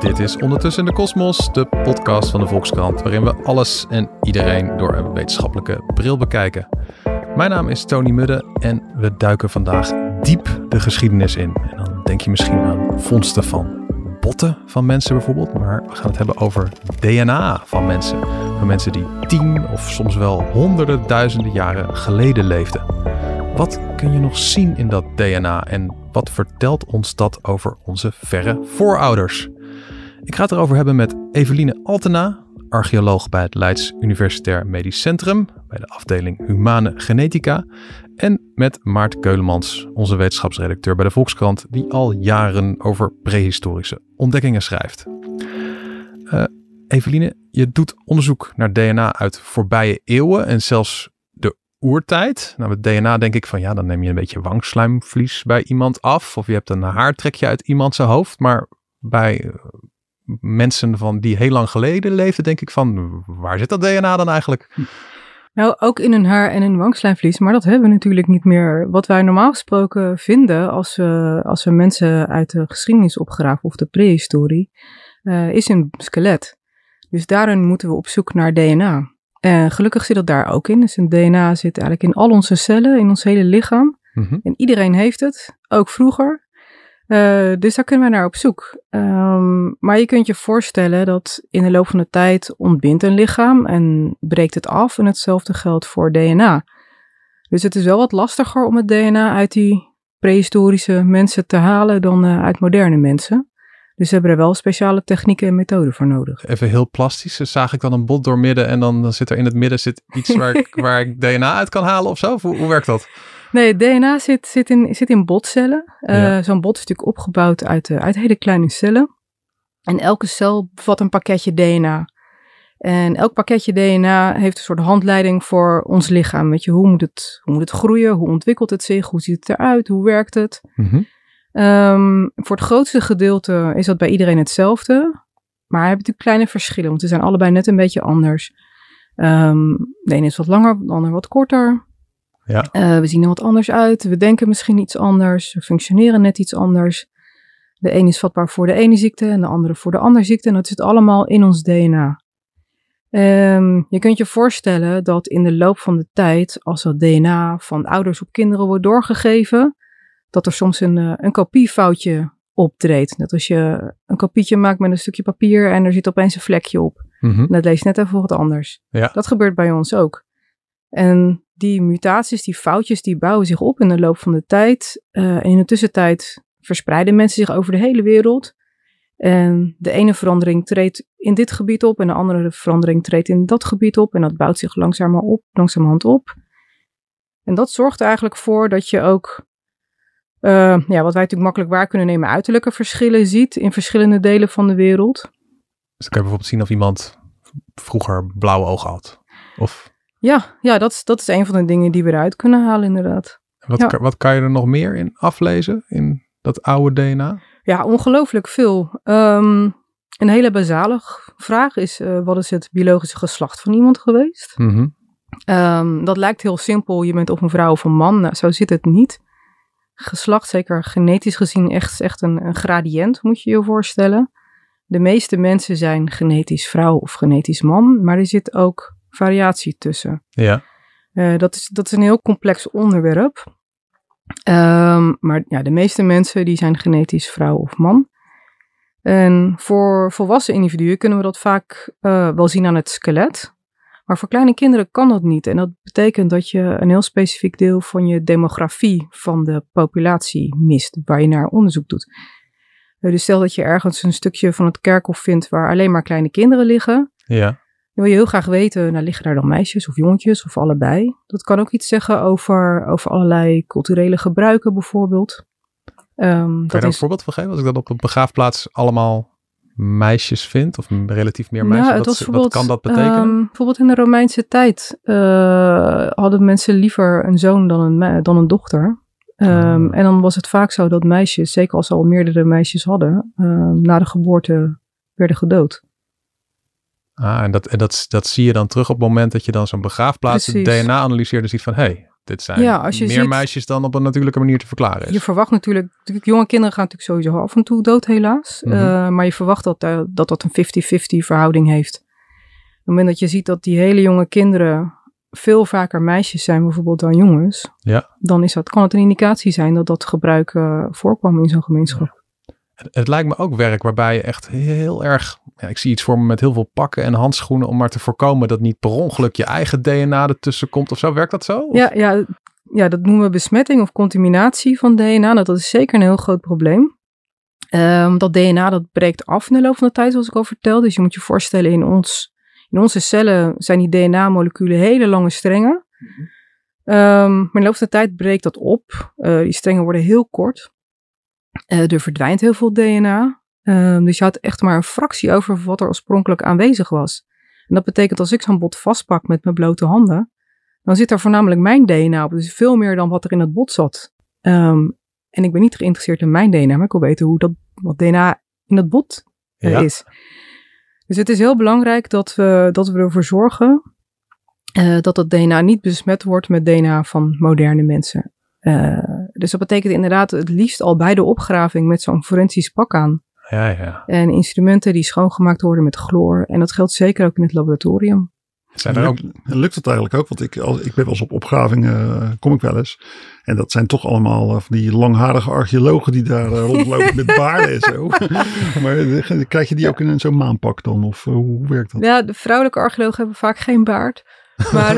Dit is Ondertussen in de Kosmos, de podcast van de Volkskrant, waarin we alles en iedereen door een wetenschappelijke bril bekijken. Mijn naam is Tony Mudde en we duiken vandaag diep de geschiedenis in. En dan denk je misschien aan vondsten van botten van mensen bijvoorbeeld, maar we gaan het hebben over DNA van mensen. Van mensen die 10 of soms wel honderden duizenden jaren geleden leefden. Wat kun je nog zien in dat DNA en wat vertelt ons dat over onze verre voorouders? Ik ga het erover hebben met Eveline Altena, archeoloog bij het Leids Universitair Medisch Centrum, bij de afdeling Humane Genetica. En met Maart Keulemans, onze wetenschapsredacteur bij de Volkskrant, die al jaren over prehistorische ontdekkingen schrijft. Eveline, je doet onderzoek naar DNA uit voorbije eeuwen en zelfs de oertijd. Nou, met DNA denk ik van ja, dan neem je een beetje wangslijmvlies bij iemand af. Of je hebt een haartrekje uit iemand zijn hoofd. Maar bij mensen van die heel lang geleden leefden, denk ik van waar zit dat DNA dan eigenlijk? Nou, ook in een haar en een wangslijmvlies, maar dat hebben we natuurlijk niet meer. Wat wij normaal gesproken vinden als we mensen uit de geschiedenis opgraven of de prehistorie, is een skelet. Dus daarin moeten we op zoek naar DNA. En gelukkig zit dat daar ook in. Dus een DNA zit eigenlijk in al onze cellen, in ons hele lichaam. Mm-hmm. En iedereen heeft het, ook vroeger. Dus daar kunnen we naar op zoek. Maar je kunt je voorstellen dat in de loop van de tijd ontbindt een lichaam en breekt het af. En hetzelfde geldt voor DNA. Dus het is wel wat lastiger om het DNA uit die prehistorische mensen te halen dan uit moderne mensen. Dus we hebben er wel speciale technieken en methoden voor nodig. Even heel plastisch, zag ik dan een bot doormidden en dan zit er in het midden iets waar ik DNA uit kan halen of zo? Hoe werkt dat? Nee, het DNA zit in botcellen. Ja. Zo'n bot is natuurlijk opgebouwd uit hele kleine cellen. En elke cel bevat een pakketje DNA. En elk pakketje DNA heeft een soort handleiding voor ons lichaam. Weet je, hoe moet het groeien? Hoe ontwikkelt het zich? Hoe ziet het eruit? Hoe werkt het? Mm-hmm. Voor het grootste gedeelte is dat bij iedereen hetzelfde. Maar we hebben natuurlijk kleine verschillen, want ze zijn allebei net een beetje anders. De ene is wat langer, de ander wat korter. Ja. We zien er wat anders uit. We denken misschien iets anders. We functioneren net iets anders. De een is vatbaar voor de ene ziekte en de andere voor de andere ziekte. En dat zit allemaal in ons DNA. Je kunt je voorstellen dat in de loop van de tijd, als dat DNA van ouders op kinderen wordt doorgegeven, dat er soms een kopiefoutje optreedt. Net als je een kopietje maakt met een stukje papier en er zit opeens een vlekje op. Mm-hmm. En dat leest net even wat anders. Ja. Dat gebeurt bij ons ook. En die mutaties, die foutjes, die bouwen zich op in de loop van de tijd. En in de tussentijd verspreiden mensen zich over de hele wereld. En de ene verandering treedt in dit gebied op en de andere verandering treedt in dat gebied op. En dat bouwt zich langzamerhand op. En dat zorgt er eigenlijk voor dat je ook, wat wij natuurlijk makkelijk waar kunnen nemen, uiterlijke verschillen ziet in verschillende delen van de wereld. Dus dan kan je bijvoorbeeld zien of iemand vroeger blauwe ogen had. Of... Ja, dat is een van de dingen die we eruit kunnen halen inderdaad. Wat kan je er nog meer in aflezen in dat oude DNA? Ja, ongelooflijk veel. Een hele basale vraag is, wat is het biologische geslacht van iemand geweest? Mm-hmm. Dat lijkt heel simpel, je bent of een vrouw of een man. Nou, zo zit het niet. Geslacht, zeker genetisch gezien, echt een gradiënt, moet je je voorstellen. De meeste mensen zijn genetisch vrouw of genetisch man, maar er zit ook variatie tussen. Ja. Dat is een heel complex onderwerp. Maar ja, de meeste mensen die zijn genetisch vrouw of man. En voor volwassen individuen kunnen we dat vaak wel zien aan het skelet. Maar voor kleine kinderen kan dat niet. En dat betekent dat je een heel specifiek deel van je demografie van de populatie mist, waar je naar onderzoek doet. Dus stel dat je ergens een stukje van het kerkhof vindt waar alleen maar kleine kinderen liggen. Ja. Dan wil je heel graag weten, liggen daar dan meisjes of jongetjes of allebei? Dat kan ook iets zeggen over allerlei culturele gebruiken bijvoorbeeld. Kan je daar een voorbeeld van geven? Als ik dan op een begraafplaats allemaal meisjes vind of relatief meer meisjes, wat kan dat betekenen? Bijvoorbeeld in de Romeinse tijd hadden mensen liever een zoon dan een dochter. En dan was het vaak zo dat meisjes, zeker als ze al meerdere meisjes hadden, na de geboorte werden gedood. En dat zie je dan terug op het moment dat je dan zo'n begraafplaats DNA analyseert en ziet van, dit zijn meer meisjes dan op een natuurlijke manier te verklaren is. Je verwacht natuurlijk jonge kinderen gaan natuurlijk sowieso af en toe dood helaas. Maar je verwacht dat een 50-50 verhouding heeft. Op het moment dat je ziet dat die hele jonge kinderen veel vaker meisjes zijn bijvoorbeeld dan jongens. Ja. Dan kan het een indicatie zijn dat gebruik voorkwam in zo'n gemeenschap. Ja. Het lijkt me ook werk waarbij je echt heel erg... Ja, ik zie iets voor me met heel veel pakken en handschoenen om maar te voorkomen dat niet per ongeluk je eigen DNA ertussen komt of zo. Werkt dat zo? Ja, dat noemen we besmetting of contaminatie van DNA. Dat is zeker een heel groot probleem. Dat DNA dat breekt af in de loop van de tijd, zoals ik al vertelde. Dus je moet je voorstellen, in onze cellen zijn die DNA-moleculen hele lange strengen. Maar in de loop van de tijd breekt dat op. Die strengen worden heel kort. Er verdwijnt heel veel DNA. Dus je had echt maar een fractie over wat er oorspronkelijk aanwezig was. En dat betekent als ik zo'n bot vastpak met mijn blote handen, dan zit er voornamelijk mijn DNA op. Dus veel meer dan wat er in het bot zat. En ik ben niet geïnteresseerd in mijn DNA, maar ik wil weten hoe wat DNA in dat bot is. Dus het is heel belangrijk dat we ervoor zorgen dat dat DNA niet besmet wordt met DNA van moderne mensen. Dus dat betekent inderdaad het liefst al bij de opgraving met zo'n forensisch pak aan. Ja. En instrumenten die schoongemaakt worden met chloor. En dat geldt zeker ook in het laboratorium. Lukt het eigenlijk ook? Want ik ben wel eens op opgravingen, kom ik wel eens. En dat zijn toch allemaal van die langharige archeologen die daar rondlopen met baarden en zo. Maar krijg je die ook in zo'n maanpak dan? Of hoe werkt dat? Ja, de vrouwelijke archeologen hebben vaak geen baard. Maar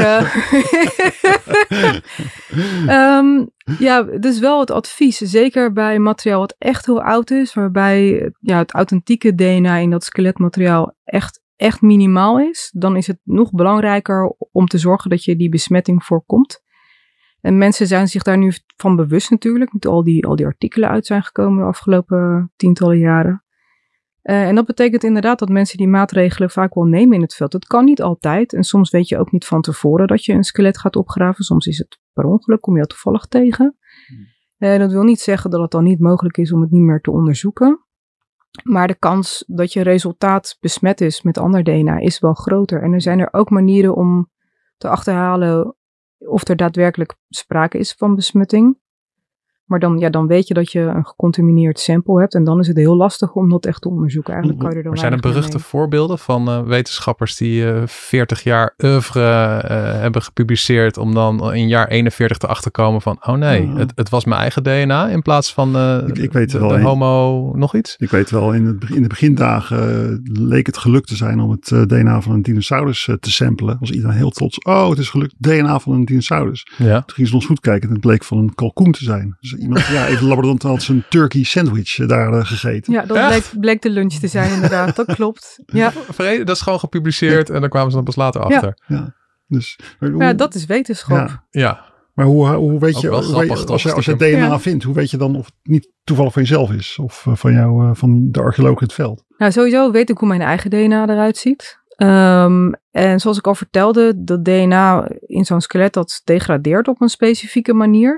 dus wel het advies. Zeker bij materiaal wat echt heel oud is. Waarbij het authentieke DNA in dat skeletmateriaal echt minimaal is. Dan is het nog belangrijker om te zorgen dat je die besmetting voorkomt. En mensen zijn zich daar nu van bewust natuurlijk. Met al die artikelen uit zijn gekomen de afgelopen tientallen jaren. En dat betekent inderdaad dat mensen die maatregelen vaak wel nemen in het veld. Dat kan niet altijd. En soms weet je ook niet van tevoren dat je een skelet gaat opgraven. Soms is het per ongeluk, kom je dat toevallig tegen. Dat wil niet zeggen dat het dan niet mogelijk is om het niet meer te onderzoeken. Maar de kans dat je resultaat besmet is met ander DNA is wel groter. En er zijn er ook manieren om te achterhalen of er daadwerkelijk sprake is van besmetting. Maar dan weet je dat je een gecontamineerd sample hebt. En dan is het heel lastig om dat echt te onderzoeken. Eigenlijk kan je er dan zijn er beruchte voorbeelden van wetenschappers die 40 jaar oeuvre hebben gepubliceerd. Om dan in jaar 41 te achterkomen van, het was mijn eigen DNA in plaats van ik weet de wel, homo nog iets? Ik weet wel, in de begindagen leek het gelukt te zijn om het DNA van een dinosaurus te samplen. Was iedereen heel trots. Oh, het is gelukt, DNA van een dinosaurus. Ja. Toen gingen ze ons goed kijken en het bleek van een kalkoen te zijn. Dus iemand, even laboratorium had zijn turkey sandwich daar gegeten. Ja, dat bleek de lunch te zijn inderdaad. Dat klopt. Ja. Dat is gewoon gepubliceerd en daar kwamen ze dan pas later achter. Ja. Dus, dat is wetenschap. Ja. Maar hoe weet je, als je DNA vindt, hoe weet je dan of het niet toevallig van jezelf is? Of van de archeoloog in het veld? Nou, sowieso weet ik hoe mijn eigen DNA eruit ziet. En zoals ik al vertelde, dat DNA in zo'n skelet dat degradeert op een specifieke manier.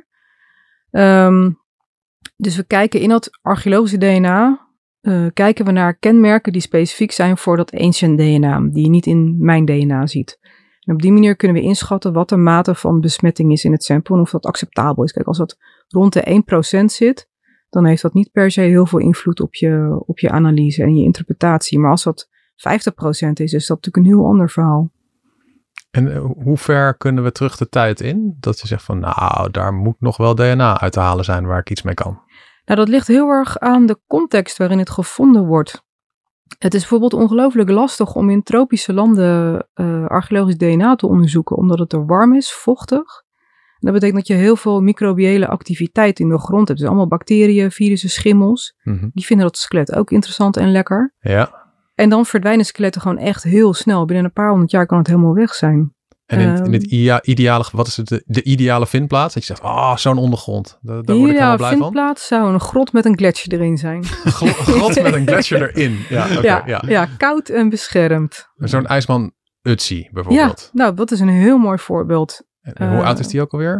Dus we kijken in dat archeologische DNA, kijken we naar kenmerken die specifiek zijn voor dat ancient DNA, die je niet in mijn DNA ziet. En op die manier kunnen we inschatten wat de mate van besmetting is in het sample en of dat acceptabel is. Kijk, als dat rond de 1% zit, dan heeft dat niet per se heel veel invloed op je analyse en je interpretatie. Maar als dat 50% is dat natuurlijk een heel ander verhaal. En hoe ver kunnen we terug de tijd in? Dat je zegt van, daar moet nog wel DNA uit te halen zijn waar ik iets mee kan. Nou, dat ligt heel erg aan de context waarin het gevonden wordt. Het is bijvoorbeeld ongelooflijk lastig om in tropische landen archeologisch DNA te onderzoeken, omdat het er warm is, vochtig. En dat betekent dat je heel veel microbiële activiteit in de grond hebt. Dus allemaal bacteriën, virussen, schimmels. Mm-hmm. Die vinden dat skelet ook interessant en lekker. Ja. En dan verdwijnen skeletten gewoon echt heel snel. Binnen een paar honderd jaar kan het helemaal weg zijn. En in het ideale, wat is het de ideale vindplaats? Dat je zegt, zo'n ondergrond. Daar word ik helemaal blij van. De vindplaats zou een grot met een gletsjer erin zijn. Een grot met een gletsjer erin. Ja, koud en beschermd. Zo'n ijsman Ötzi bijvoorbeeld. Ja, nou, dat is een heel mooi voorbeeld. Hoe oud is die ook alweer?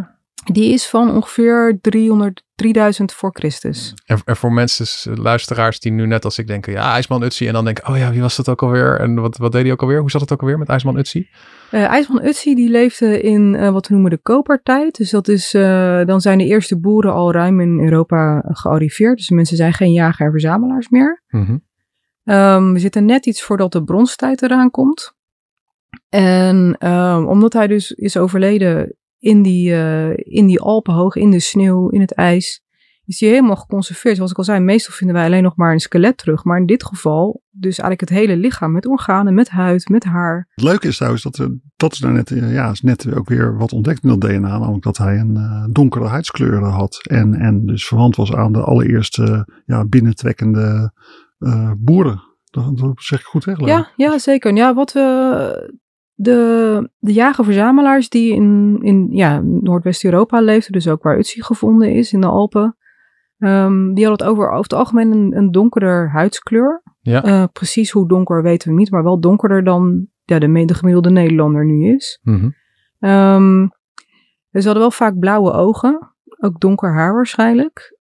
Die is van ongeveer 3000 voor Christus. En voor mensen, luisteraars die nu net als ik denken, ja, IJsman Ötzi. En dan denken, oh ja, wie was dat ook alweer? En wat deed hij ook alweer? Hoe zat het ook alweer met IJsman Ötzi? IJsman Ötzi die leefde in wat we noemen de kopertijd. Dus dat is, dan zijn de eerste boeren al ruim in Europa gearriveerd. Dus de mensen zijn geen jager en verzamelaars meer. Mm-hmm. We zitten net iets voordat de bronstijd eraan komt. En omdat hij dus is overleden in die Alpen hoog, in de sneeuw, in het ijs, is hij helemaal geconserveerd. Zoals ik al zei, meestal vinden wij alleen nog maar een skelet terug. Maar in dit geval dus eigenlijk het hele lichaam met organen, met huid, met haar. Het leuke is trouwens dat is nou net, is net ook weer wat ontdekt in dat DNA. Namelijk dat hij een donkere huidskleur had. En dus verwant was aan de allereerste binnentrekkende boeren. Dat zeg ik goed, hè? Ja, zeker. Ja, wat we... De jager-verzamelaars die in Noordwest-Europa leefden, dus ook waar Ötzi gevonden is, in de Alpen, die hadden het over het algemeen een donkerder huidskleur. Ja. Precies hoe donker weten we niet, maar wel donkerder dan de gemiddelde Nederlander nu is. Mm-hmm. Ze hadden wel vaak blauwe ogen, ook donker haar waarschijnlijk.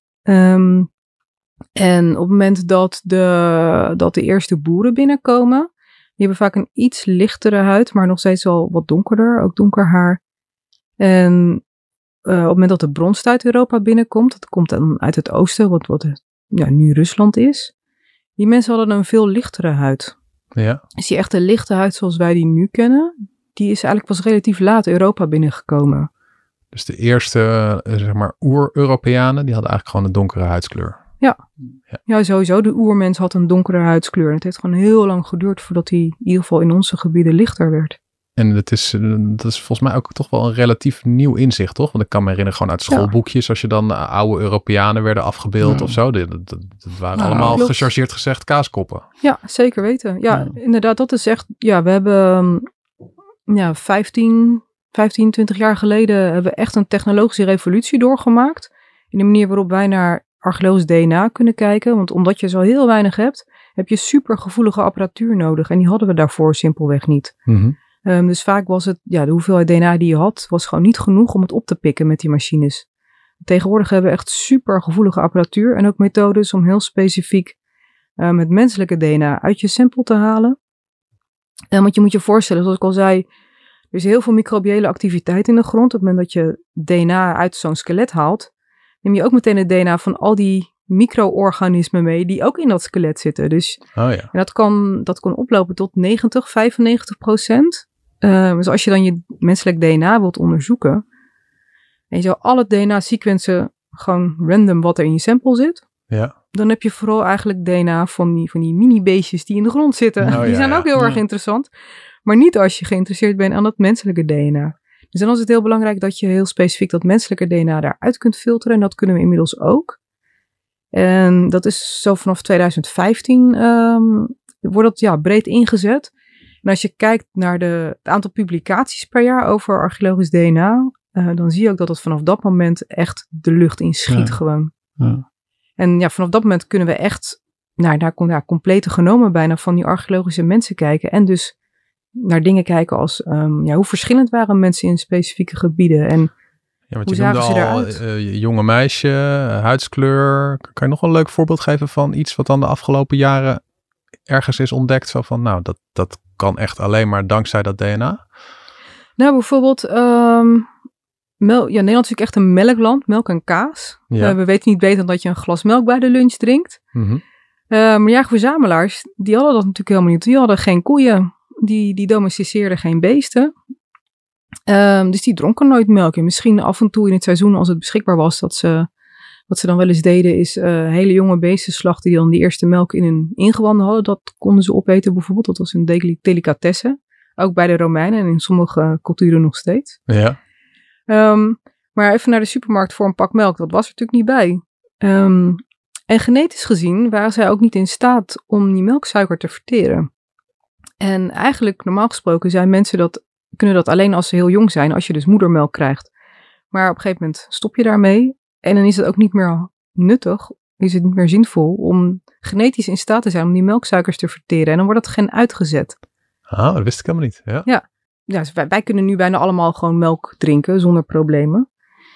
En op het moment dat de eerste boeren binnenkomen, die hebben vaak een iets lichtere huid, maar nog steeds wel wat donkerder, ook donker haar. En op het moment dat de bronstijd Europa binnenkomt, dat komt dan uit het oosten, wat nu Rusland is. Die mensen hadden een veel lichtere huid. Ja. Dus die echte lichte huid zoals wij die nu kennen, die is eigenlijk pas relatief laat Europa binnengekomen. Dus de eerste, oer-Europeanen, die hadden eigenlijk gewoon een donkere huidskleur. Ja, sowieso. De oermens had een donkere huidskleur. En het heeft gewoon heel lang geduurd voordat hij in ieder geval in onze gebieden lichter werd. En dat is volgens mij ook toch wel een relatief nieuw inzicht, toch? Want ik kan me herinneren gewoon uit schoolboekjes, als je dan oude Europeanen werden afgebeeld of zo. Dat waren allemaal gechargeerd gezegd kaaskoppen. Ja, zeker weten. Ja, inderdaad, dat is echt... Ja, we hebben 15, 20 jaar geleden hebben we echt een technologische revolutie doorgemaakt. In de manier waarop wij naar archeologisch DNA kunnen kijken. Want omdat je zo heel weinig hebt, heb je supergevoelige apparatuur nodig. En die hadden we daarvoor simpelweg niet. Mm-hmm. Dus vaak was het, de hoeveelheid DNA die je had, was gewoon niet genoeg om het op te pikken met die machines. Tegenwoordig hebben we echt supergevoelige apparatuur en ook methodes om heel specifiek met menselijke DNA uit je sample te halen. Want je moet je voorstellen, zoals ik al zei, er is heel veel microbiële activiteit in de grond. Op het moment dat je DNA uit zo'n skelet haalt, neem je ook meteen het DNA van al die micro-organismen mee die ook in dat skelet zitten. Dus en dat kan oplopen tot 95%. Dus als je dan je menselijk DNA wilt onderzoeken, en je zou al het DNA-sequencen gewoon random wat er in je sample zit, dan heb je vooral eigenlijk DNA van die mini-beestjes die in de grond zitten. Die zijn ook heel erg interessant. Maar niet als je geïnteresseerd bent aan dat menselijke DNA. Dus dan is het heel belangrijk dat je heel specifiek dat menselijke DNA daaruit kunt filteren. En dat kunnen we inmiddels ook. En dat is zo vanaf 2015 wordt dat breed ingezet. En als je kijkt naar het aantal publicaties per jaar over archeologisch DNA, dan zie je ook dat het vanaf dat moment echt de lucht in schiet gewoon. Ja. En vanaf dat moment kunnen we echt naar complete genomen bijna van die archeologische mensen kijken. En dus naar dingen kijken als hoe verschillend waren mensen in specifieke gebieden en hoe zagen ze eruit? Jonge meisje, huidskleur. Kan je nog een leuk voorbeeld geven van iets wat dan de afgelopen jaren ergens is ontdekt? Zo van, dat kan echt alleen maar dankzij dat DNA? Nou, bijvoorbeeld, Nederland is natuurlijk echt een melkland, melk en kaas. Ja. We weten niet beter dan dat je een glas melk bij de lunch drinkt. Mm-hmm. Maar verzamelaars, die hadden dat natuurlijk helemaal niet. Die hadden geen koeien, die domesticeerden geen beesten. Dus die dronken nooit melk. En misschien af en toe in het seizoen, als het beschikbaar was, wat ze dan wel eens deden, is hele jonge beesten slachten die dan die eerste melk in hun ingewanden hadden. Dat konden ze opeten bijvoorbeeld. Dat was een delicatesse. Ook bij de Romeinen en in sommige culturen nog steeds. Ja. Maar even naar de supermarkt voor een pak melk, dat was er natuurlijk niet bij. En genetisch gezien waren zij ook niet in staat om die melksuiker te verteren. En eigenlijk, normaal gesproken, zijn mensen kunnen dat alleen als ze heel jong zijn, als je dus moedermelk krijgt. Maar op een gegeven moment stop je daarmee. En dan is het ook niet meer nuttig, is het niet meer zinvol om genetisch in staat te zijn om die melksuikers te verteren. En dan wordt dat gen uitgezet. Dat wist ik helemaal niet. Ja. Ja, dus wij kunnen nu bijna allemaal gewoon melk drinken zonder problemen.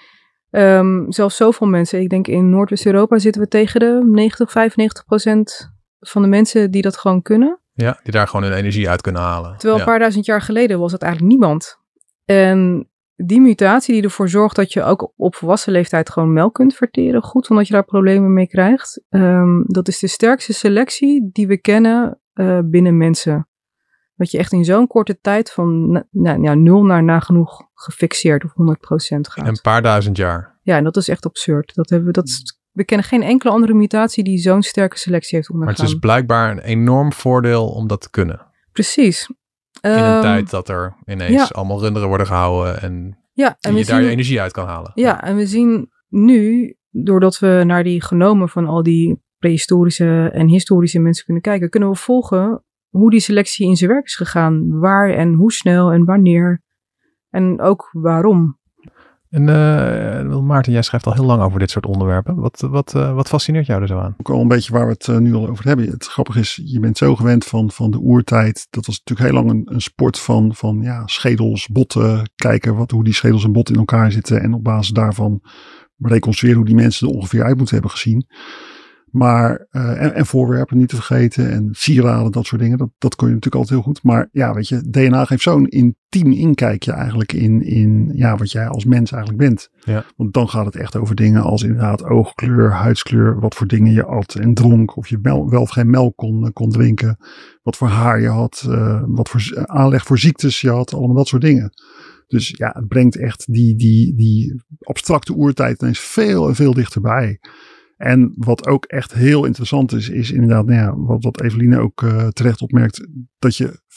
Zelfs zoveel mensen. Ik denk in Noordwest-Europa zitten we tegen de 90-95% van de mensen die dat gewoon kunnen. Ja, die daar gewoon hun energie uit kunnen halen. Terwijl een paar duizend jaar geleden was het eigenlijk niemand. En die mutatie die ervoor zorgt dat je ook op volwassen leeftijd gewoon melk kunt verteren, goed, zonder dat je daar problemen mee krijgt. Dat is de sterkste selectie die we kennen binnen mensen. Dat je echt in zo'n korte tijd van 0 naar nagenoeg gefixeerd of 100% gaat. Een paar duizend jaar. Ja, en dat is echt absurd. We kennen geen enkele andere mutatie die zo'n sterke selectie heeft ondergaan. Maar het is blijkbaar een enorm voordeel om dat te kunnen. Precies. In een tijd dat er ineens allemaal runderen worden gehouden en je daar je energie uit kan halen. Ja, en we zien nu, doordat we naar die genomen van al die prehistorische en historische mensen kunnen kijken, kunnen we volgen hoe die selectie in zijn werk is gegaan. Waar en hoe snel en wanneer. En ook waarom. En Maarten, jij schrijft al heel lang over dit soort onderwerpen. Wat fascineert jou er zo aan? Ook al een beetje waar we het nu al over hebben. Het grappige is, je bent zo gewend van de oertijd. Dat was natuurlijk heel lang een sport van schedels, botten. Kijken hoe die schedels en botten in elkaar zitten. En op basis daarvan reconstrueren hoe die mensen er ongeveer uit moeten hebben gezien. Maar, en voorwerpen niet te vergeten en sieraden, dat soort dingen, dat kon je natuurlijk altijd heel goed. Maar ja, weet je, DNA geeft zo'n intiem inkijkje eigenlijk in wat jij als mens eigenlijk bent. Ja. Want dan gaat het echt over dingen als inderdaad oogkleur, huidskleur, wat voor dingen je at en dronk. Of je wel of geen melk kon drinken. Wat voor haar je had, wat voor aanleg voor ziektes je had, allemaal dat soort dingen. Dus ja, het brengt echt die abstracte oertijd ineens veel en veel dichterbij. En wat ook echt heel interessant is inderdaad, wat Eveline ook terecht opmerkt, dat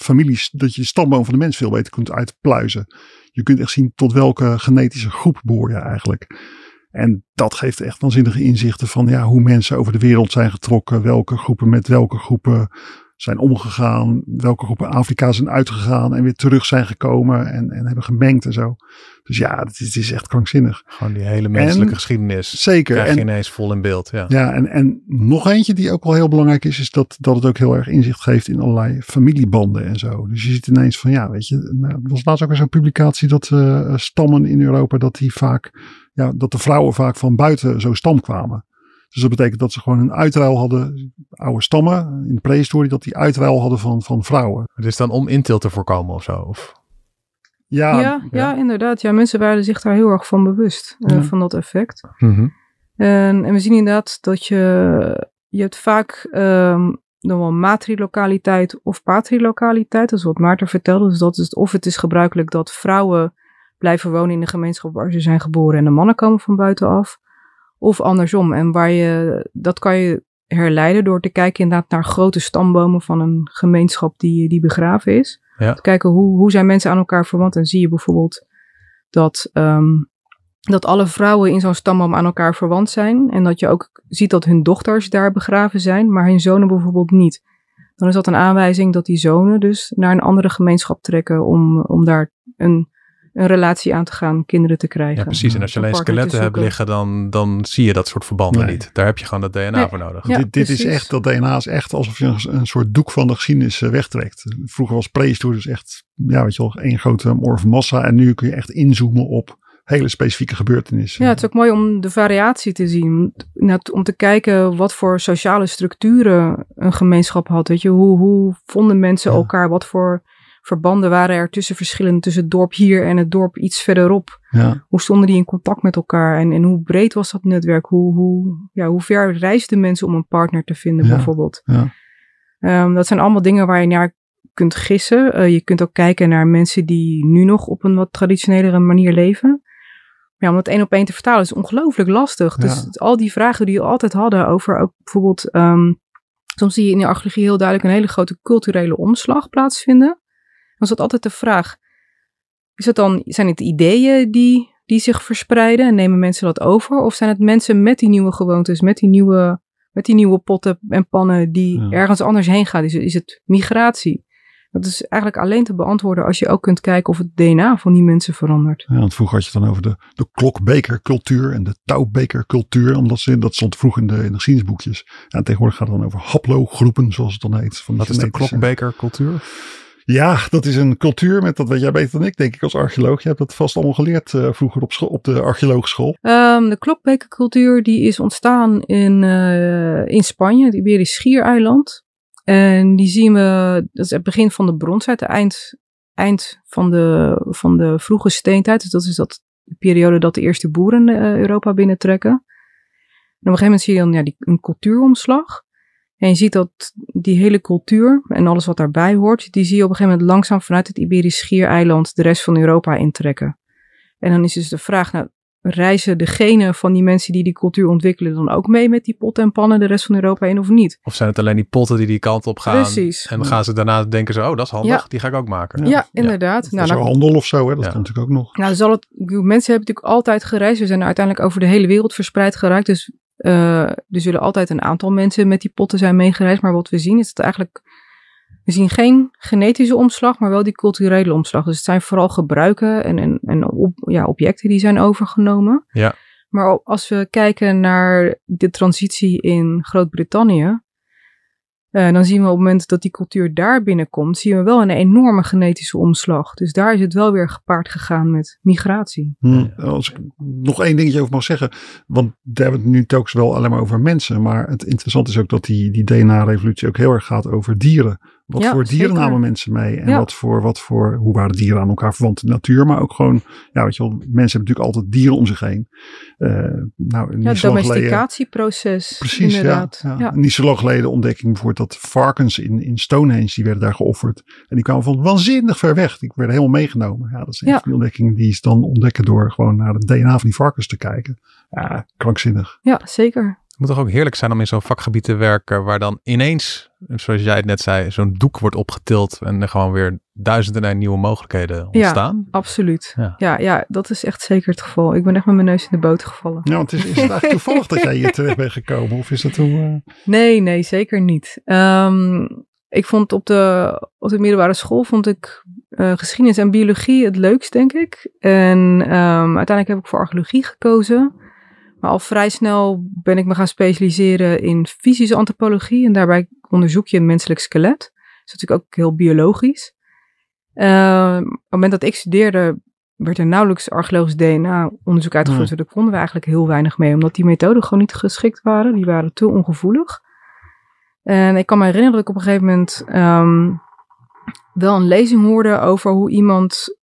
je stamboom van de mens veel beter kunt uitpluizen. Je kunt echt zien tot welke genetische groep behoor je eigenlijk. En dat geeft echt waanzinnige inzichten van hoe mensen over de wereld zijn getrokken, welke groepen met welke groepen zijn omgegaan, welke groepen Afrika zijn uitgegaan en weer terug zijn gekomen en hebben gemengd en zo. Dus ja, het is echt krankzinnig. Gewoon die hele menselijke geschiedenis. Zeker. Krijg je ineens vol in beeld. Ja, en nog eentje die ook wel heel belangrijk is dat het ook heel erg inzicht geeft in allerlei familiebanden en zo. Dus je ziet ineens van er was laatst ook weer zo'n publicatie dat stammen in Europa, dat de vrouwen vaak van buiten zo'n stam kwamen. Dus dat betekent dat ze gewoon een uitruil hadden, oude stammen in de prehistorie, dat die uitruil hadden van vrouwen. Het is dan om inteelt te voorkomen of zo? Of? Ja, inderdaad. Ja, mensen waren zich daar heel erg van bewust, van dat effect. Mm-hmm. En we zien inderdaad dat je hebt vaak dan wel matrilokaliteit of patrilokaliteit. Dat is wat Maarten vertelde. Dus dat is, of het is gebruikelijk dat vrouwen blijven wonen in de gemeenschap waar ze zijn geboren en de mannen komen van buitenaf. Of andersom. En dat kan je herleiden door te kijken inderdaad naar grote stambomen van een gemeenschap die begraven is. Ja. Te kijken hoe zijn mensen aan elkaar verwant. En zie je bijvoorbeeld dat alle vrouwen in zo'n stamboom aan elkaar verwant zijn. En dat je ook ziet dat hun dochters daar begraven zijn, maar hun zonen bijvoorbeeld niet. Dan is dat een aanwijzing dat die zonen dus naar een andere gemeenschap trekken om daar een relatie aan te gaan, kinderen te krijgen. Ja, precies. En als je alleen skeletten hebt liggen, dan zie je dat soort verbanden niet. Daar heb je gewoon dat DNA voor nodig. Ja, dit is echt, dat DNA is echt alsof je een soort doek van de geschiedenis wegtrekt. Vroeger was prehistorie dus echt, één grote morfmassa. En nu kun je echt inzoomen op hele specifieke gebeurtenissen. Ja, het is ook mooi om de variatie te zien. Om te kijken wat voor sociale structuren een gemeenschap had. Weet je, hoe vonden mensen elkaar? Wat voor verbanden waren er tussen het dorp hier en het dorp iets verderop? Ja. Hoe stonden die in contact met elkaar? En hoe breed was dat netwerk? Hoe ver reisden mensen om een partner te vinden bijvoorbeeld? Ja. Dat zijn allemaal dingen waar je naar kunt gissen. Je kunt ook kijken naar mensen die nu nog op een wat traditionelere manier leven. Ja, om dat 1 op 1 te vertalen is ongelooflijk lastig. Ja. Dus al die vragen die we altijd hadden over ook bijvoorbeeld, soms zie je in de archeologie heel duidelijk een hele grote culturele omslag plaatsvinden. Dan is dat altijd de vraag, zijn het ideeën die zich verspreiden en nemen mensen dat over? Of zijn het mensen met die nieuwe gewoontes, met die nieuwe potten en pannen die ergens anders heen gaan? Is het migratie? Dat is eigenlijk alleen te beantwoorden als je ook kunt kijken of het DNA van die mensen verandert. Ja, want vroeger had je het dan over de klokbekercultuur en de touwbekercultuur. Omdat dat stond vroeg in de geschiedenisboekjes. En tegenwoordig gaat het dan over haplogroepen, zoals het dan heet. Wat is de klokbekercultuur? Ja, dat is een cultuur met, dat weet jij beter dan ik, denk ik als archeoloog. Je hebt dat vast allemaal geleerd vroeger op de archeologischool. De klokbekercultuur die is ontstaan in Spanje, het Iberisch Schiereiland. En die zien we, dat is het begin van de bronstijd, het eind van de vroege steentijd. Dus dat is de periode dat de eerste boeren Europa binnentrekken. En op een gegeven moment zie je dan een cultuuromslag. En je ziet dat die hele cultuur en alles wat daarbij hoort, die zie je op een gegeven moment langzaam vanuit het Iberisch Schiereiland de rest van Europa intrekken. En dan is dus de vraag, reizen degene van die mensen die cultuur ontwikkelen dan ook mee met die potten en pannen de rest van Europa in of niet? Of zijn het alleen die potten die kant op gaan? Precies. En dan gaan ze daarna denken dat is handig, die ga ik ook maken. Ja, inderdaad. Of handel of zo, hè? Dat kan natuurlijk ook nog. Mensen hebben natuurlijk altijd gereisd. We zijn uiteindelijk over de hele wereld verspreid geraakt. Dus er zullen altijd een aantal mensen met die potten zijn meegereisd. Maar wat we zien is dat we zien geen genetische omslag, maar wel die culturele omslag. Dus het zijn vooral gebruiken en objecten die zijn overgenomen. Ja. Maar als we kijken naar de transitie in Groot-Brittannië, dan zien we op het moment dat die cultuur daar binnenkomt, zien we wel een enorme genetische omslag. Dus daar is het wel weer gepaard gegaan met migratie. Als ik nog één dingetje over mag zeggen, want daar hebben we het nu telkens wel alleen maar over mensen, maar het interessante is ook dat die DNA-revolutie ook heel erg gaat over dieren. Wat voor dieren namen mensen mee? En hoe waren dieren aan elkaar verwant in de natuur? Maar ook gewoon, weet je wel, mensen hebben natuurlijk altijd dieren om zich heen. Het domesticatieproces. Precies, inderdaad. Ja. Niet zo lang geleden ontdekking bijvoorbeeld dat varkens in Stonehenge, die werden daar geofferd. En die kwamen van waanzinnig ver weg. Die werden helemaal meegenomen. Ja, dat is een van die ontdekkingen die is dan ontdekken door gewoon naar het DNA van die varkens te kijken. Ja, krankzinnig. Ja, zeker. Het moet toch ook heerlijk zijn om in zo'n vakgebied te werken waar dan ineens, zoals jij het net zei, zo'n doek wordt opgetild en er gewoon weer 1001 nieuwe mogelijkheden ontstaan. Ja, absoluut. Ja, dat is echt zeker het geval. Ik ben echt met mijn neus in de boter gevallen. Ja, want is het eigenlijk toevallig dat jij hier terecht bent gekomen? Of is dat toen? Nee, zeker niet. Ik vond op de middelbare school geschiedenis en biologie het leukst, denk ik. En uiteindelijk heb ik voor archeologie gekozen. Maar al vrij snel ben ik me gaan specialiseren in fysische antropologie. En daarbij onderzoek je een menselijk skelet. Dat is natuurlijk ook heel biologisch. Op het moment dat ik studeerde, werd er nauwelijks archeologisch DNA-onderzoek uitgevoerd. Dus daar konden we eigenlijk heel weinig mee. Omdat die methoden gewoon niet geschikt waren. Die waren te ongevoelig. En ik kan me herinneren dat ik op een gegeven moment wel een lezing hoorde over hoe iemand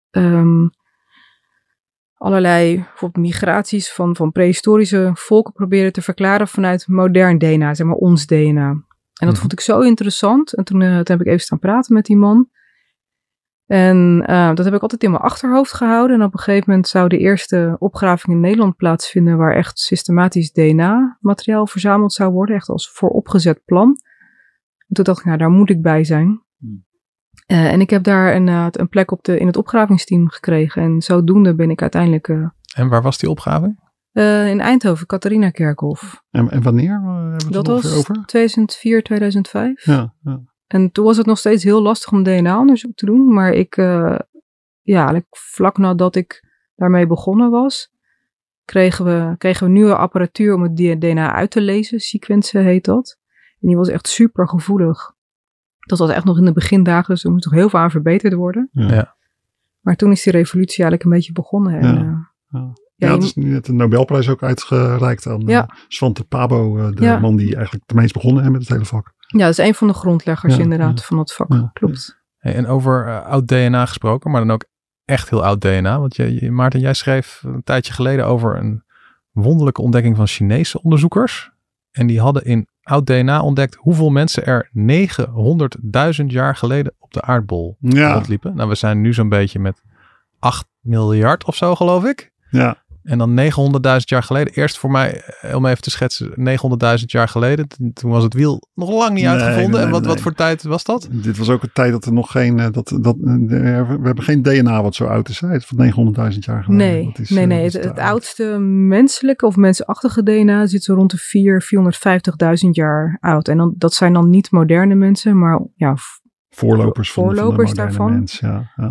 allerlei bijvoorbeeld migraties van prehistorische volken proberen te verklaren vanuit modern DNA, zeg maar ons DNA. En dat vond ik zo interessant. En toen heb ik even staan praten met die man. En dat heb ik altijd in mijn achterhoofd gehouden. En op een gegeven moment zou de eerste opgraving in Nederland plaatsvinden waar echt systematisch DNA-materiaal verzameld zou worden, echt als vooropgezet plan. En toen dacht ik, daar moet ik bij zijn. En ik heb daar een plek in het opgravingsteam gekregen. En zodoende ben ik uiteindelijk... En waar was die opgraving? In Eindhoven, Catharina-kerkhof. En wanneer? Dat was over? 2004, 2005. Ja. En toen was het nog steeds heel lastig om DNA-onderzoek te doen. Maar eigenlijk vlak nadat ik daarmee begonnen was, kregen we nieuwe apparatuur om het DNA uit te lezen. Sequencen heet dat. En die was echt super gevoelig. Dat was echt nog in de begindagen, dus er moest nog heel veel aan verbeterd worden. Ja. Maar toen is die revolutie eigenlijk een beetje begonnen. Het is nu net een Nobelprijs ook uitgereikt aan Svante Pabo, de man die eigenlijk het meest begonnen met het hele vak. Ja, dat is een van de grondleggers inderdaad van het vak, klopt. Hey, en over oud DNA gesproken, maar dan ook echt heel oud DNA. Want Maarten, jij schreef een tijdje geleden over een wonderlijke ontdekking van Chinese onderzoekers. En die hadden in oud DNA ontdekt hoeveel mensen er 900.000 jaar geleden op de aardbol rondliepen. Nou, we zijn nu zo'n beetje met 8 miljard of zo, geloof ik. Ja. En dan 900.000 jaar geleden. Eerst voor mij, om even te schetsen, 900.000 jaar geleden. Toen was het wiel nog lang niet uitgevonden. En wat voor tijd was dat? Dit was ook een tijd dat er nog geen... we hebben geen DNA wat zo oud is. Het is van 900.000 jaar geleden. Nee. Het oudste menselijke of mensenachtige DNA zit zo rond de 450.000 jaar oud. En dat zijn dan niet moderne mensen, maar voorlopers van de moderne daarvan. mens.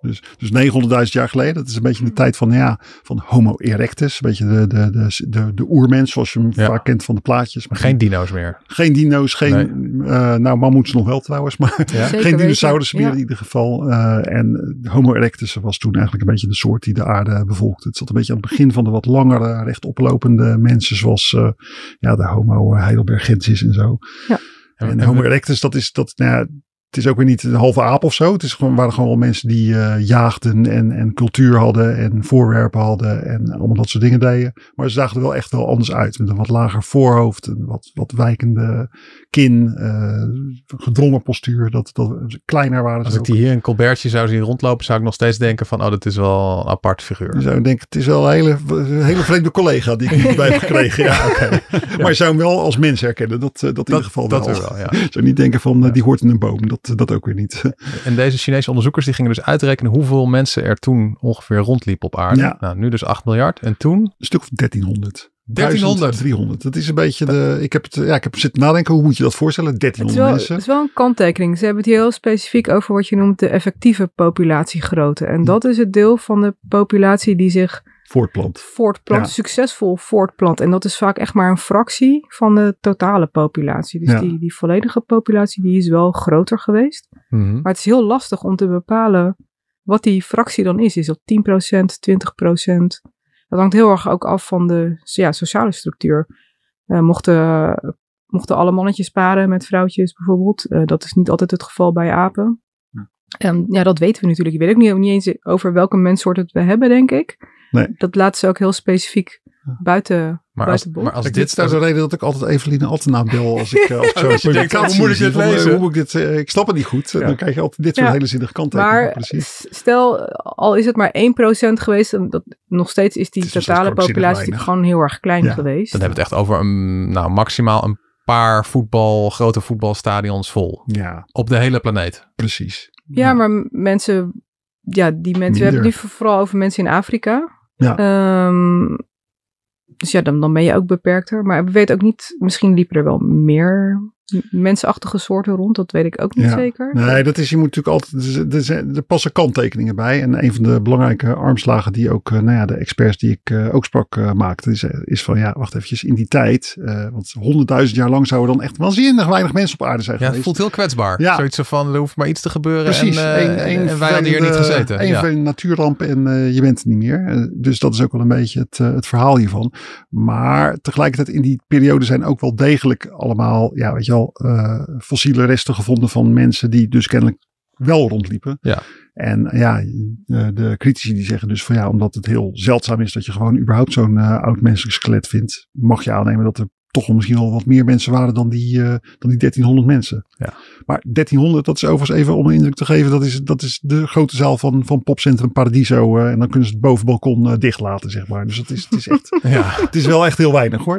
Dus 900.000 jaar geleden, dat is een beetje de tijd van Homo erectus. Een beetje de oermens, zoals je hem vaak kent van de plaatjes. Maar geen dino's meer. Geen dino's, mammoets nog wel trouwens, maar geen dinosaurussen meer in ieder geval. En Homo erectus was toen eigenlijk een beetje de soort die de aarde bevolkte. Het zat een beetje aan het begin van de wat langere, rechtoplopende mensen, zoals de Homo heidelbergensis en zo. Ja. En Homo erectus, het is ook weer niet een halve aap of zo. Het is waren gewoon wel mensen die jaagden en cultuur hadden en voorwerpen hadden en allemaal dat soort dingen deden. Maar ze zagen er wel echt wel anders uit. Met een wat lager voorhoofd, een wat wijkende kin, gedrongen postuur. Dat kleiner waren. Als ik die hier in Colbertje zou zien rondlopen, zou ik nog steeds denken van, dat is wel een apart figuur. Je zou denken, het is wel een hele vreemde collega die ik hierbij heb gekregen. Ja, okay. Maar je zou hem wel als mens herkennen. Dat in ieder geval wel. Dat wel, ja. Je zou niet denken van, die hoort in een boom. Dat ook weer niet. En deze Chinese onderzoekers die gingen dus uitrekenen hoeveel mensen er toen ongeveer rondliepen op aarde. Ja. Nou, nu dus 8 miljard. En toen? Een stuk of 1300. 1300. Dat is een beetje ik heb zitten nadenken, hoe moet je dat voorstellen? 1300 mensen. Het is wel een kanttekening. Ze hebben het hier heel specifiek over wat je noemt de effectieve populatiegrootte. En dat is het deel van de populatie die zich voortplant, succesvol voortplant. En dat is vaak echt maar een fractie van de totale populatie. Dus die volledige populatie die is wel groter geweest. Mm-hmm. Maar het is heel lastig om te bepalen wat die fractie dan is. Is dat 10%, 20%? Dat hangt heel erg ook af van de sociale structuur. Mochten alle mannetjes paren met vrouwtjes bijvoorbeeld. Dat is niet altijd het geval bij apen. Dat weten we natuurlijk. Je weet ook niet eens over welke menssoort we hebben, denk ik. Nee. Dat laten ze ook heel specifiek buiten bol. Maar als dit is de reden dat ik altijd Eveline Altena bel als ik zo denkt, hoe moet ik dit lezen? Ik snap het niet goed. Dan krijg je altijd dit soort hele zinnige kanttekeningen. Maar precies. Stel, al is het maar 1% geweest, nog steeds is die totale populatie gewoon heel erg klein geweest. Dan hebben we het echt over maximaal een paar grote voetbalstadions vol. Ja. Op de hele planeet. Precies. Ja, maar mensen, we hebben het nu vooral over mensen in Afrika. Ja. Dus dan ben je ook beperkter. Maar we weten ook niet, misschien liepen er wel meer mensenachtige soorten rond. Dat weet ik ook niet zeker. Nee, je moet natuurlijk altijd, er passen kanttekeningen bij. En een van de belangrijke armslagen die ook, de experts die ik ook sprak maakte, is van, wacht eventjes, in die tijd, want 100.000 jaar lang zouden dan echt waanzinnig weinig mensen op aarde zijn geweest. Ja, het voelt heel kwetsbaar. Ja. Zoiets van, er hoeft maar iets te gebeuren. Precies. En wij hadden hier niet gezeten. Een van de natuurrampen en je bent er niet meer. Dus dat is ook wel een beetje het verhaal hiervan. Maar tegelijkertijd in die periode zijn ook wel degelijk allemaal, fossiele resten gevonden van mensen die dus kennelijk wel rondliepen. Ja. En de critici die zeggen dus van omdat het heel zeldzaam is dat je gewoon überhaupt zo'n oud menselijk skelet vindt, mag je aannemen dat er toch wel misschien wel wat meer mensen waren dan die 1300 mensen. Ja. Maar 1300, dat is overigens even om een indruk te geven, dat is de grote zaal van Popcentrum Paradiso. En dan kunnen ze het bovenbalkon dicht laten, zeg maar. Dus het is echt, het is wel echt heel weinig hoor,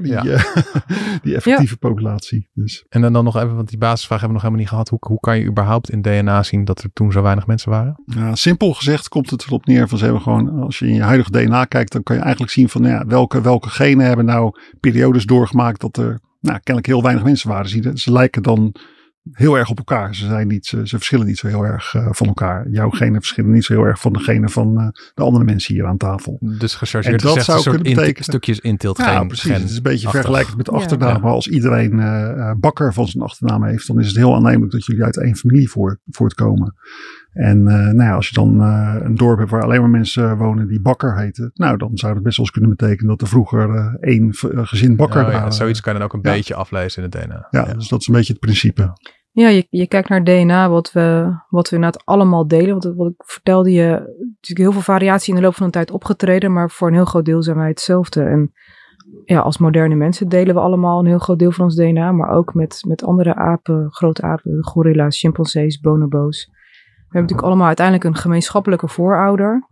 die effectieve populatie. Dus. En dan nog even, want die basisvraag hebben we nog helemaal niet gehad. Hoe kan je überhaupt in DNA zien dat er toen zo weinig mensen waren? Ja, simpel gezegd komt het erop neer van ze hebben gewoon, als je in je huidige DNA kijkt, dan kan je eigenlijk zien van welke genen hebben nou periodes doorgemaakt dat er kennelijk heel weinig mensen waren. Ze lijken dan heel erg op elkaar. Ze verschillen niet zo heel erg van elkaar. Jouw genen verschillen niet zo heel erg van de genen van de andere mensen hier aan tafel. Dus gechargeerd dat zou kunnen betekenen stukjes inteelt geen. Ja, precies. Het is een beetje vergelijkend met de achternaam. Maar als iedereen Bakker van zijn achternaam heeft, dan is het heel aannemelijk dat jullie uit één familie voortkomen. En als je dan een dorp hebt waar alleen maar mensen wonen die Bakker heten, dan zou dat best wel eens kunnen betekenen dat er vroeger één gezin Bakker waren. Zoiets kan je dan ook een beetje aflezen in het DNA. Ja, dus dat is een beetje het principe. Ja, je kijkt naar DNA, wat we inderdaad allemaal delen. Wat ik vertelde je, natuurlijk heel veel variatie in de loop van de tijd opgetreden, maar voor een heel groot deel zijn wij hetzelfde. En als moderne mensen delen we allemaal een heel groot deel van ons DNA, maar ook met andere apen, grote apen, gorilla's, chimpansees, bonobo's. We hebben natuurlijk allemaal uiteindelijk een gemeenschappelijke voorouder.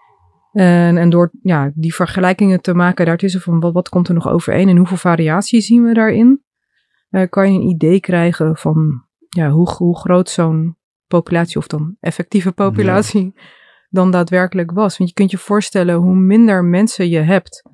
En door die vergelijkingen te maken daartussen van wat komt er nog overeen en hoeveel variatie zien we daarin, kan je een idee krijgen van hoe groot zo'n populatie of dan effectieve populatie dan daadwerkelijk was. Want je kunt je voorstellen hoe minder mensen je hebt,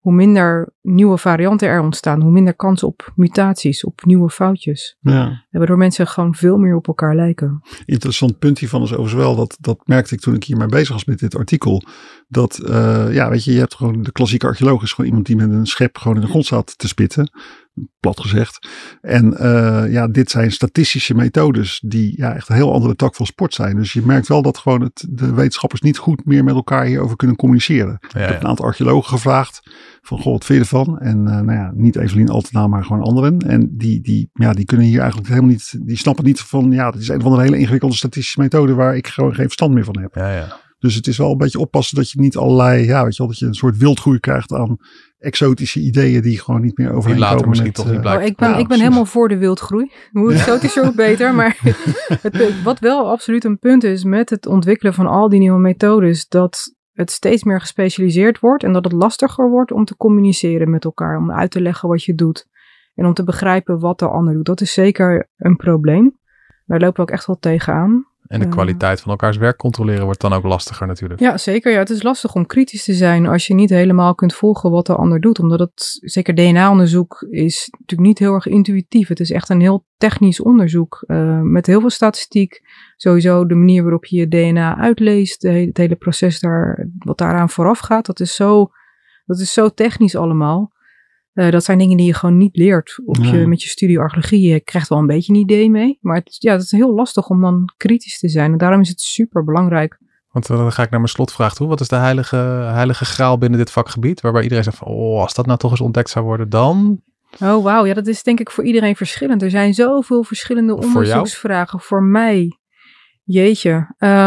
hoe minder nieuwe varianten er ontstaan, hoe minder kans op mutaties, op nieuwe foutjes. Ja. Waardoor mensen gewoon veel meer op elkaar lijken. Interessant punt hiervan is overigens wel, dat merkte ik toen ik hiermee bezig was met dit artikel. Dat, weet je hebt gewoon, de klassieke archeoloog is gewoon iemand die met een schep gewoon in de grond staat te spitten. Plat gezegd. En dit zijn statistische methodes die echt een heel andere tak van sport zijn. Dus je merkt wel dat gewoon de wetenschappers niet goed meer met elkaar hierover kunnen communiceren. Ja, ik heb een aantal archeologen gevraagd van, goh, wat vind je ervan? En niet Evelien Altena, maar gewoon anderen. En die kunnen hier eigenlijk helemaal niet, die snappen niet van, dat is een van de hele ingewikkelde statistische methode waar ik gewoon geen verstand meer van heb. Ja. Dus het is wel een beetje oppassen dat je niet allerlei, dat je een soort wildgroei krijgt aan exotische ideeën die gewoon niet meer overheen komen. Misschien toch niet blijkt. Ik ben helemaal voor de wildgroei. Hoe exotischer, hoe beter. Maar wat wel absoluut een punt is met het ontwikkelen van al die nieuwe methodes, dat het steeds meer gespecialiseerd wordt en dat het lastiger wordt om te communiceren met elkaar, om uit te leggen wat je doet en om te begrijpen wat de ander doet. Dat is zeker een probleem. Daar lopen we ook echt wel tegenaan. En de kwaliteit van elkaars werk controleren wordt dan ook lastiger natuurlijk. Ja, zeker. Ja, het is lastig om kritisch te zijn als je niet helemaal kunt volgen wat de ander doet. Omdat zeker DNA-onderzoek is natuurlijk niet heel erg intuïtief. Het is echt een heel technisch onderzoek met heel veel statistiek. Sowieso de manier waarop je je DNA uitleest, het hele proces wat daaraan vooraf gaat. Dat is zo technisch allemaal. Dat zijn dingen die je gewoon niet leert met je studie archeologie. Je krijgt wel een beetje een idee mee. Maar het is heel lastig om dan kritisch te zijn. En daarom is het super belangrijk. Want dan ga ik naar mijn slotvraag toe. Wat is de heilige graal binnen dit vakgebied? Waarbij iedereen zegt van, als dat nou toch eens ontdekt zou worden, dan... Oh, wauw. Ja, dat is denk ik voor iedereen verschillend. Er zijn zoveel verschillende onderzoeksvragen. Voor mij, jeetje.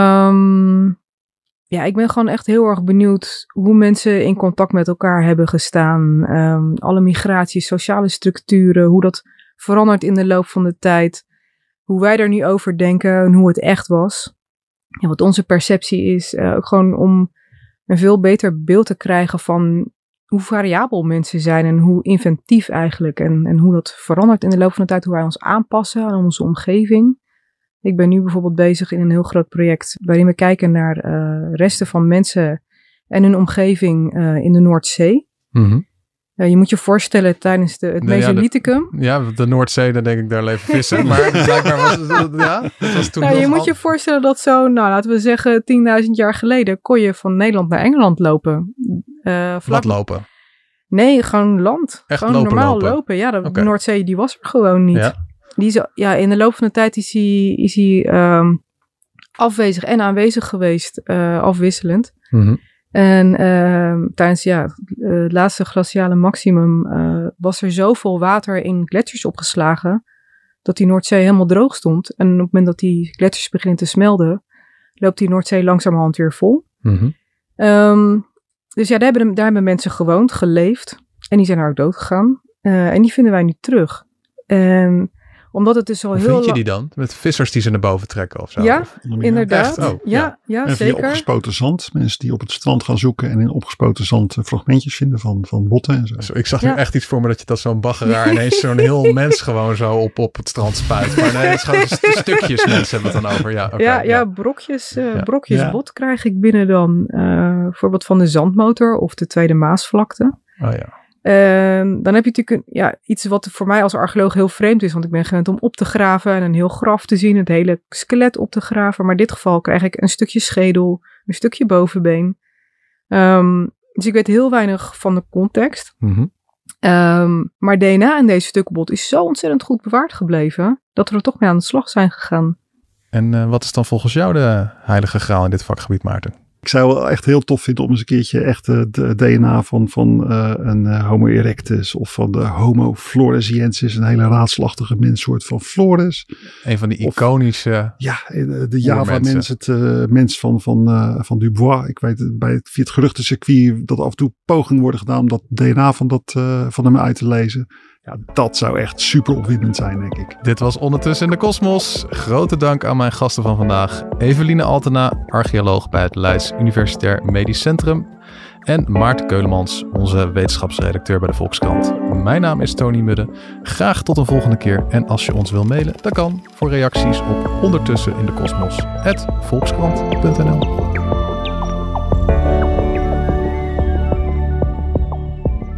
Ik ben gewoon echt heel erg benieuwd hoe mensen in contact met elkaar hebben gestaan. Alle migraties, sociale structuren, hoe dat verandert in de loop van de tijd. Hoe wij er nu over denken en hoe het echt was. En wat onze perceptie is, ook gewoon om een veel beter beeld te krijgen van hoe variabel mensen zijn en hoe inventief eigenlijk. En hoe dat verandert in de loop van de tijd, hoe wij ons aanpassen aan onze omgeving. Ik ben nu bijvoorbeeld bezig in een heel groot project waarin we kijken naar resten van mensen en hun omgeving in de Noordzee. Mm-hmm. Je moet je voorstellen tijdens het Mesolithicum. De Noordzee, dan denk ik daar leven vissen. Maar blijkbaar was toen je moet je voorstellen dat zo, laten we zeggen 10.000 jaar geleden kon je van Nederland naar Engeland lopen. Lopen? Nee, gewoon land. Echt gewoon normaal lopen? Lopen. Ja, de Noordzee die was er gewoon niet. Ja. Die is, in de loop van de tijd is hij afwezig en aanwezig geweest, afwisselend. Mm-hmm. En tijdens het laatste glaciale maximum was er zoveel water in gletsjers opgeslagen dat die Noordzee helemaal droog stond. En op het moment dat die gletsjers beginnen te smelten, loopt die Noordzee langzamerhand weer vol. Mm-hmm. Dus daar hebben mensen gewoond, geleefd. En die zijn er ook dood gegaan. En die vinden wij nu terug. Omdat het dus al heel vind je die dan? Met vissers die ze naar boven trekken of zo? Ja, inderdaad. Echt? Oh, ja, en zeker. opgespoten zand. Mensen die op het strand gaan zoeken en in opgespoten zand fragmentjes vinden van botten en zo. Ik zag nu echt iets voor me dat zo'n baggeraar ineens zo'n heel mens gewoon zo op het strand spuit. Maar nee, het is gewoon stukjes mensen hebben het dan over. Ja, brokjes bot krijg ik binnen dan. Bijvoorbeeld van de zandmotor of de Tweede Maasvlakte. Oh ja. Dan heb je natuurlijk iets wat voor mij als archeoloog heel vreemd is. Want ik ben gewend om op te graven en een heel graf te zien. Het hele skelet op te graven. Maar in dit geval krijg ik een stukje schedel. Een stukje bovenbeen. Dus ik weet heel weinig van de context. Mm-hmm. Maar DNA in deze stukkenbot is zo ontzettend goed bewaard gebleven. Dat we er toch mee aan de slag zijn gegaan. En wat is dan volgens jou de heilige graal in dit vakgebied, Maarten? Ik zou wel echt heel tof vinden om eens een keertje echt de DNA van een Homo erectus of van de Homo floresiensis, een hele raadselachtige menssoort van Flores. Een van die iconische de Java-mens, het mens van Dubois. Ik weet via het geruchtencircuit dat af en toe pogingen worden gedaan om dat DNA van hem uit te lezen. Ja, dat zou echt super opwindend zijn, denk ik. Dit was Ondertussen in de Kosmos. Grote dank aan mijn gasten van vandaag. Eveline Altena, archeoloog bij het Leids Universitair Medisch Centrum. En Maarten Keulemans, onze wetenschapsredacteur bij de Volkskrant. Mijn naam is Tony Mudde. Graag tot een volgende keer. En als je ons wil mailen, dat kan voor reacties op ondertussenindekosmos@volkskrant.nl.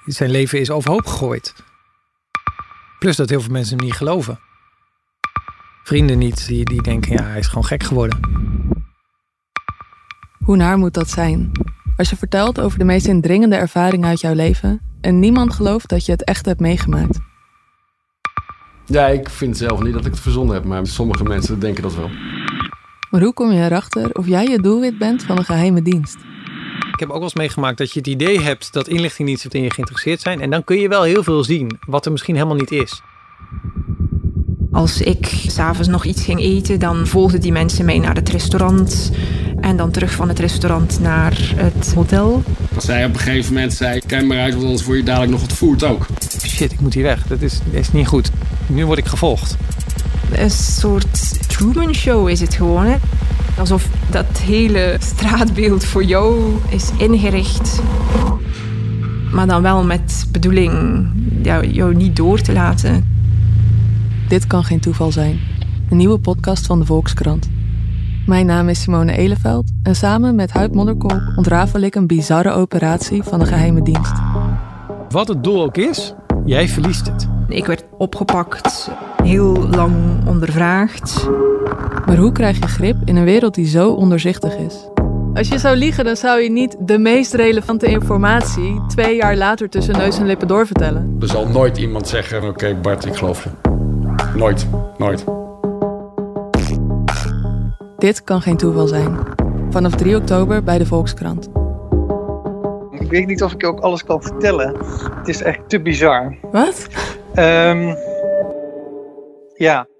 Zijn leven is overhoop gegooid. Plus dat heel veel mensen hem niet geloven. Vrienden niet, die denken, ja, hij is gewoon gek geworden. Hoe naar moet dat zijn? Als je vertelt over de meest indringende ervaringen uit jouw leven en niemand gelooft dat je het echt hebt meegemaakt. Ja, ik vind zelf niet dat ik het verzonnen heb, maar sommige mensen denken dat wel. Maar hoe kom je erachter of jij het doelwit bent van een geheime dienst? Ik heb ook wel eens meegemaakt dat je het idee hebt dat inlichtingendiensten in je geïnteresseerd zijn. En dan kun je wel heel veel zien, wat er misschien helemaal niet is. Als ik 's avonds nog iets ging eten, dan volgden die mensen mee naar het restaurant. En dan terug van het restaurant naar het hotel. Als zij op een gegeven moment zei, kijk maar uit, want anders word je dadelijk nog ontvoerd ook. Shit, ik moet hier weg. Dat is niet goed. Nu word ik gevolgd. Een soort Truman Show is het gewoon, hè? Alsof dat hele straatbeeld voor jou is ingericht. Maar dan wel met bedoeling jou niet door te laten. Dit kan geen toeval zijn. Een nieuwe podcast van de Volkskrant. Mijn naam is Simone Eleveld en samen met Huib Modderkolk ontrafel ik een bizarre operatie van de geheime dienst. Wat het doel ook is, jij verliest het. Ik werd opgepakt, heel lang ondervraagd. Maar hoe krijg je grip in een wereld die zo ondoorzichtig is? Als je zou liegen, dan zou je niet de meest relevante informatie 2 jaar later tussen neus en lippen doorvertellen. Er zal nooit iemand zeggen, oké, Bart, ik geloof je. Nooit. Dit kan geen toeval zijn. Vanaf 3 oktober bij de Volkskrant. Ik weet niet of ik ook alles kan vertellen. Het is echt te bizar. Wat? Ja.